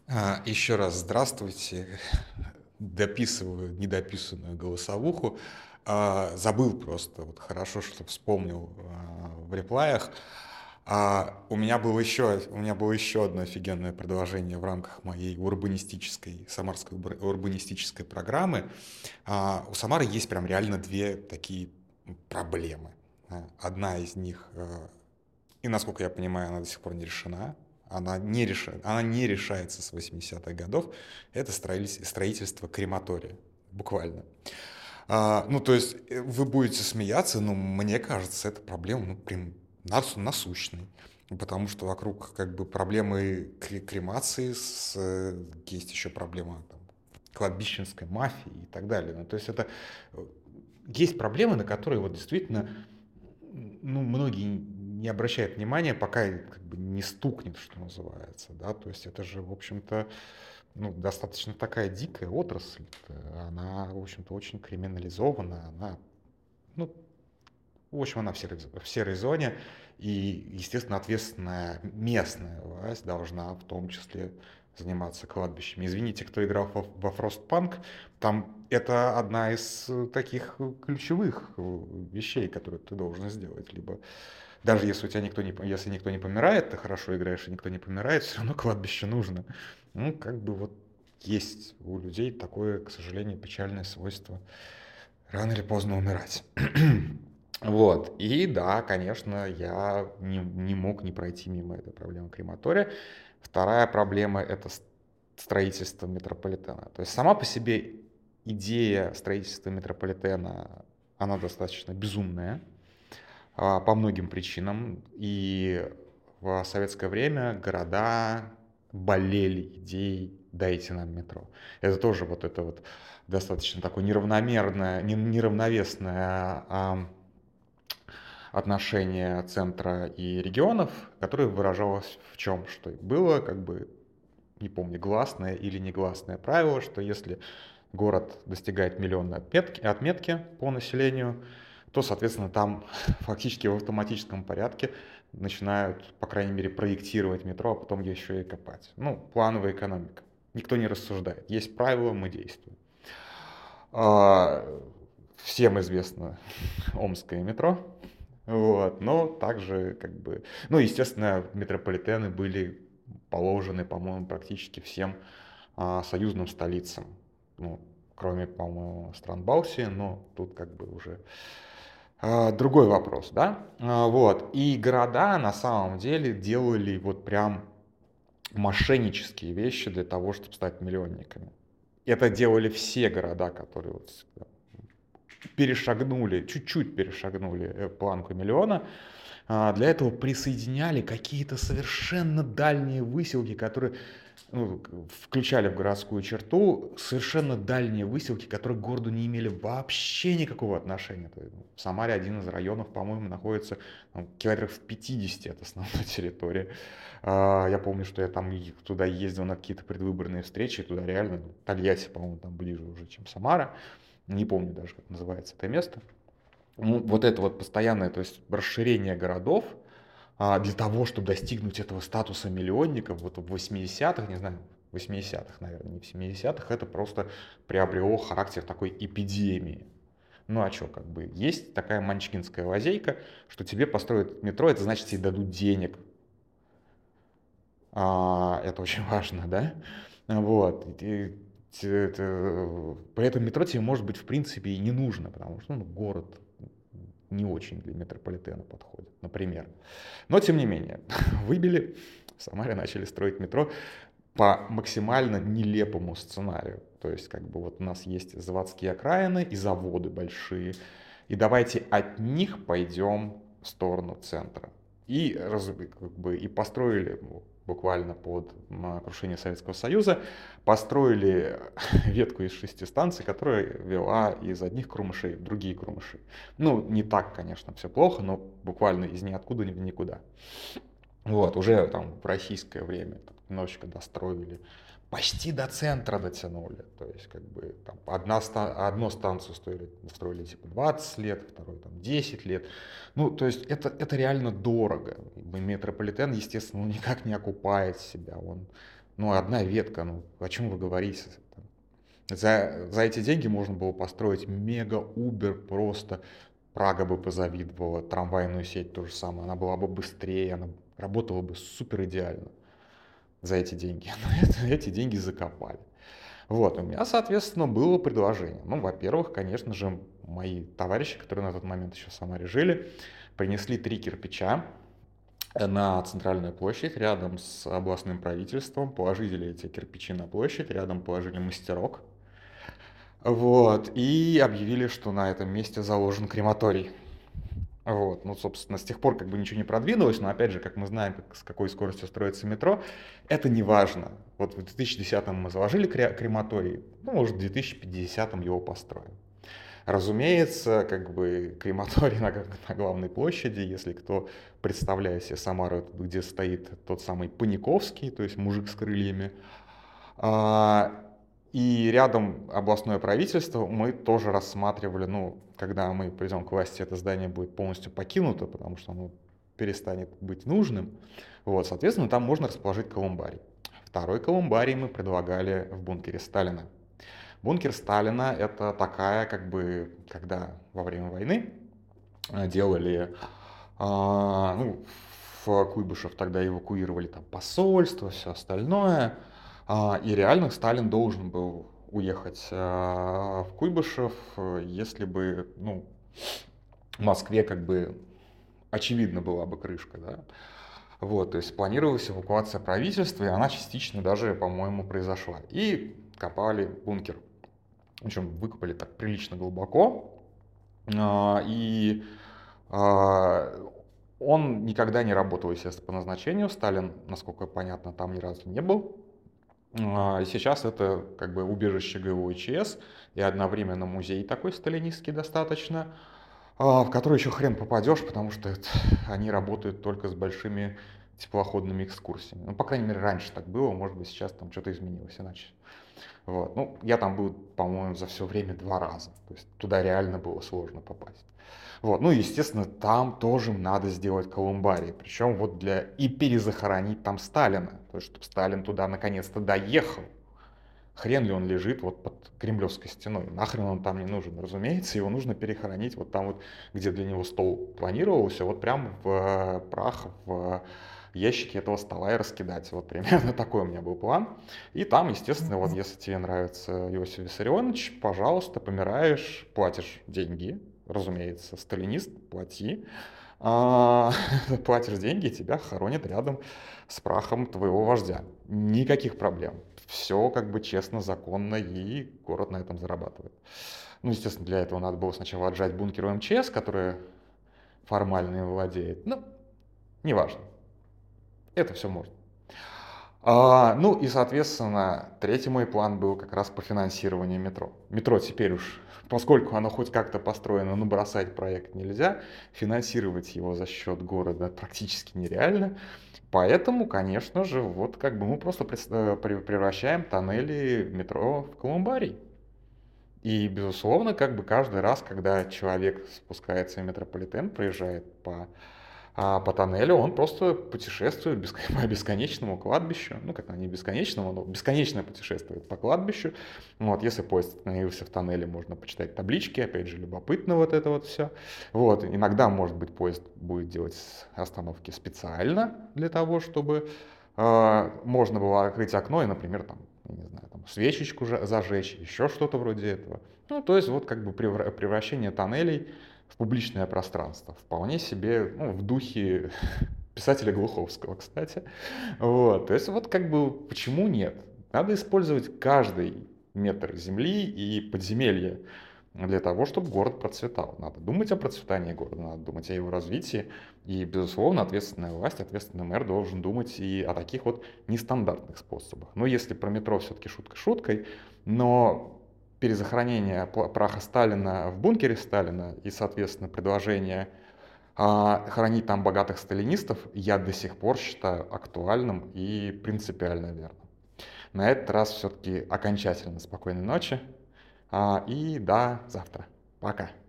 Еще раз здравствуйте. Дописываю недописанную голосовуху. Забыл просто, вот хорошо, что вспомнил в реплаях. У меня было еще одно офигенное предложение в рамках моей самарской урбанистической программы. У Самары есть прям реально две такие проблемы. Одна из них, и насколько я понимаю, она до сих пор не решена. Она не решается с 80-х годов. Это строительство крематория. Буквально. Ну, то есть, вы будете смеяться, но мне кажется, эта проблема, ну, прям насущной. Потому что вокруг как бы проблемы кремации, есть еще проблема там, кладбищенской мафии и так далее. Ну, то есть это есть проблемы, на которые вот действительно, ну, многие не обращают внимания, пока как бы не стукнет, что называется, да, то есть это же, в общем-то, ну, достаточно такая дикая отрасль, она, в общем-то, очень криминализована, она, ну, в общем, она в серой зоне, и, естественно, ответственная местная власть должна в том числе заниматься кладбищами. Извините, кто играл во Frostpunk, там это одна из таких ключевых вещей, которые ты должен сделать. Либо даже если у тебя никто не помирает, ты хорошо играешь, и никто не помирает, все равно кладбище нужно. Ну, как бы вот есть у людей такое, к сожалению, печальное свойство рано или поздно умирать. Вот. И да, конечно, я не мог не пройти мимо этой проблемы крематория. Вторая проблема — это строительство метрополитена. То есть сама по себе идея строительства метрополитена, она достаточно безумная по многим причинам. И в советское время города болели идеей «дайте нам метро». Это тоже вот это вот достаточно такое неравновесное отношение центра и регионов, которое выражалось в чем? Что было как бы, не помню, гласное или негласное правило, что если город достигает миллионной отметки по населению, то, соответственно, там фактически в автоматическом порядке начинают, по крайней мере, проектировать метро, а потом еще и копать. Ну, плановая экономика. Никто не рассуждает. Есть правила, мы действуем. А, Всем известно Омское метро. Вот, но также, как бы, ну, естественно, метрополитены были положены, по-моему, практически всем союзным столицам. Ну, кроме, по-моему, стран Балтии, но тут как бы уже другой вопрос, да? Вот, и города на самом деле делали вот прям мошеннические вещи для того, чтобы стать миллионниками. Это делали все города, которые вот чуть-чуть перешагнули планку миллиона. Для этого присоединяли какие-то совершенно дальние выселки, которые ну, включали в городскую черту, совершенно дальние выселки, которые к городу не имели вообще никакого отношения. В Самаре один из районов, по-моему, находится километров в 50 от основной территории. Я помню, что я там туда ездил на какие-то предвыборные встречи, туда реально, Тольятти, по-моему, там ближе уже, чем Самара. Не помню даже, как называется это место. Ну, вот это вот постоянное, то есть расширение городов для того, чтобы достигнуть этого статуса миллионников, вот в 80-х, не знаю, в 80-х, наверное, не в 70-х, это просто приобрело характер такой эпидемии. Ну а что, как бы, есть такая манчкинская лазейка, что тебе построят метро, это значит, тебе дадут денег. Это очень важно, да? Вот. При этом метро тебе, может быть, в принципе и не нужно, потому что город не очень для метрополитена подходит, например. Но, тем не менее, выбили, в Самаре начали строить метро по максимально нелепому сценарию. То есть, как бы вот у нас есть заводские окраины и заводы большие, и давайте от них пойдем в сторону центра. И, как бы, и построили буквально под крушение Советского Союза, построили ветку из 6 станций, которая вела из одних Крумышей в другие Крумыши. Ну, не так, конечно, все плохо, но буквально из ниоткуда в никуда. Вот, уже там в российское время немножечко достроили, почти до центра дотянули. То есть, как бы, там, одну станцию строили типа 20 лет, вторую там 10 лет. Ну, то есть, это реально дорого. Метрополитен, естественно, никак не окупает себя. Он Ну, одна ветка, ну, о чем вы говорите? За эти деньги можно было построить мега-убер просто. Прага бы позавидовала, трамвайную сеть то же самое. Она была бы быстрее, она работала бы супер идеально за эти деньги. Но эти деньги закопали. Вот, у меня, соответственно, было предложение. Ну, во-первых, конечно же, мои товарищи, которые на тот момент еще в Самаре жили, принесли 3 кирпича на центральную площадь рядом с областным правительством, положили эти кирпичи на площадь, рядом положили мастерок, вот, и объявили, что на этом месте заложен крематорий. Вот, ну, собственно, с тех пор как бы ничего не продвинулось, но опять же, как мы знаем, с какой скоростью строится метро, это не важно. Вот в 2010-м мы заложили крематорий, ну, может, в 2050-м его построим. Разумеется, как бы крематорий на главной площади, если кто представляет себе Самару, где стоит тот самый Паниковский, то есть мужик с крыльями, и рядом областное правительство, мы тоже рассматривали, ну, когда мы придем к власти, это здание будет полностью покинуто, потому что оно перестанет быть нужным. Вот, соответственно, там можно расположить колумбарий. Второй колумбарий мы предлагали в бункере Сталина. Бункер Сталина — это такая, как бы, когда во время войны делали, ну, в Куйбышев тогда эвакуировали там посольство, все остальное, и реально Сталин должен был уехать в Куйбышев, если бы, ну, в Москве как бы очевидно была бы крышка, да. Вот, то есть планировалась эвакуация правительства, и она частично даже, по-моему, произошла. И копали бункер. Причем выкопали так прилично глубоко. И он никогда не работал, естественно, по назначению. Сталин, насколько понятно, там ни разу не был. И сейчас это как бы убежище ГУ и ЧС, и одновременно музей такой сталинистский достаточно, в который еще хрен попадешь, потому что они работают только с большими теплоходными экскурсиями. Ну, по крайней мере, раньше так было, может быть, сейчас там что-то изменилось иначе. Вот. Ну, я там был, по-моему, за все время 2 раза. То есть туда реально было сложно попасть. Вот. Ну, естественно, там тоже надо сделать колумбарий. Причем вот и перезахоронить там Сталина. То есть, чтобы Сталин туда наконец-то доехал. Хрен ли он лежит вот под Кремлевской стеной. Нахрен он там не нужен. Разумеется, его нужно перехоронить вот там вот, где для него стол планировался, вот прям в прах, в ящики этого стола и раскидать. Вот примерно такой у меня был план. И там, естественно, вот если тебе нравится Иосиф Виссарионович, пожалуйста, помираешь, платишь деньги, разумеется, сталинист, плати. Платишь деньги, тебя хоронят рядом с прахом твоего вождя. Никаких проблем. Все как бы честно, законно, и город на этом зарабатывает. Ну, естественно, для этого надо было сначала отжать бункер у МЧС, который формально им владеет. Ну, неважно. Это все можно. Ну и, соответственно, третий мой план был как раз по финансированию метро. Метро теперь уж, поскольку оно хоть как-то построено, но бросать проект нельзя, финансировать его за счет города практически нереально. Поэтому, конечно же, вот как бы мы просто превращаем тоннели метро в колумбарий. И, безусловно, как бы каждый раз, когда человек спускается в метрополитен, проезжает по тоннелю, он просто путешествует по бесконечному кладбищу. Ну, как не бесконечному, но бесконечно путешествует по кладбищу. Вот, если поезд остановился в тоннеле, можно почитать таблички, опять же, любопытно вот это вот все. Вот, иногда, может быть, поезд будет делать остановки специально для того, чтобы можно было открыть окно и, например, там, не знаю, там, свечечку зажечь, еще что-то вроде этого. Ну, то есть вот как бы превращение тоннелей в публичное пространство. Вполне себе, ну, в духе писателя Глуховского, кстати. Вот. То есть вот как бы почему нет? Надо использовать каждый метр земли и подземелья для того, чтобы город процветал. Надо думать о процветании города, надо думать о его развитии. И, безусловно, ответственная власть, ответственный мэр должен думать и о таких вот нестандартных способах. Но если про метро все-таки шутка шуткой, но перезахоронение праха Сталина в бункере Сталина и, соответственно, предложение хоронить там богатых сталинистов, я до сих пор считаю актуальным и принципиально верным. На этот раз все-таки окончательно спокойной ночи и до завтра. Пока.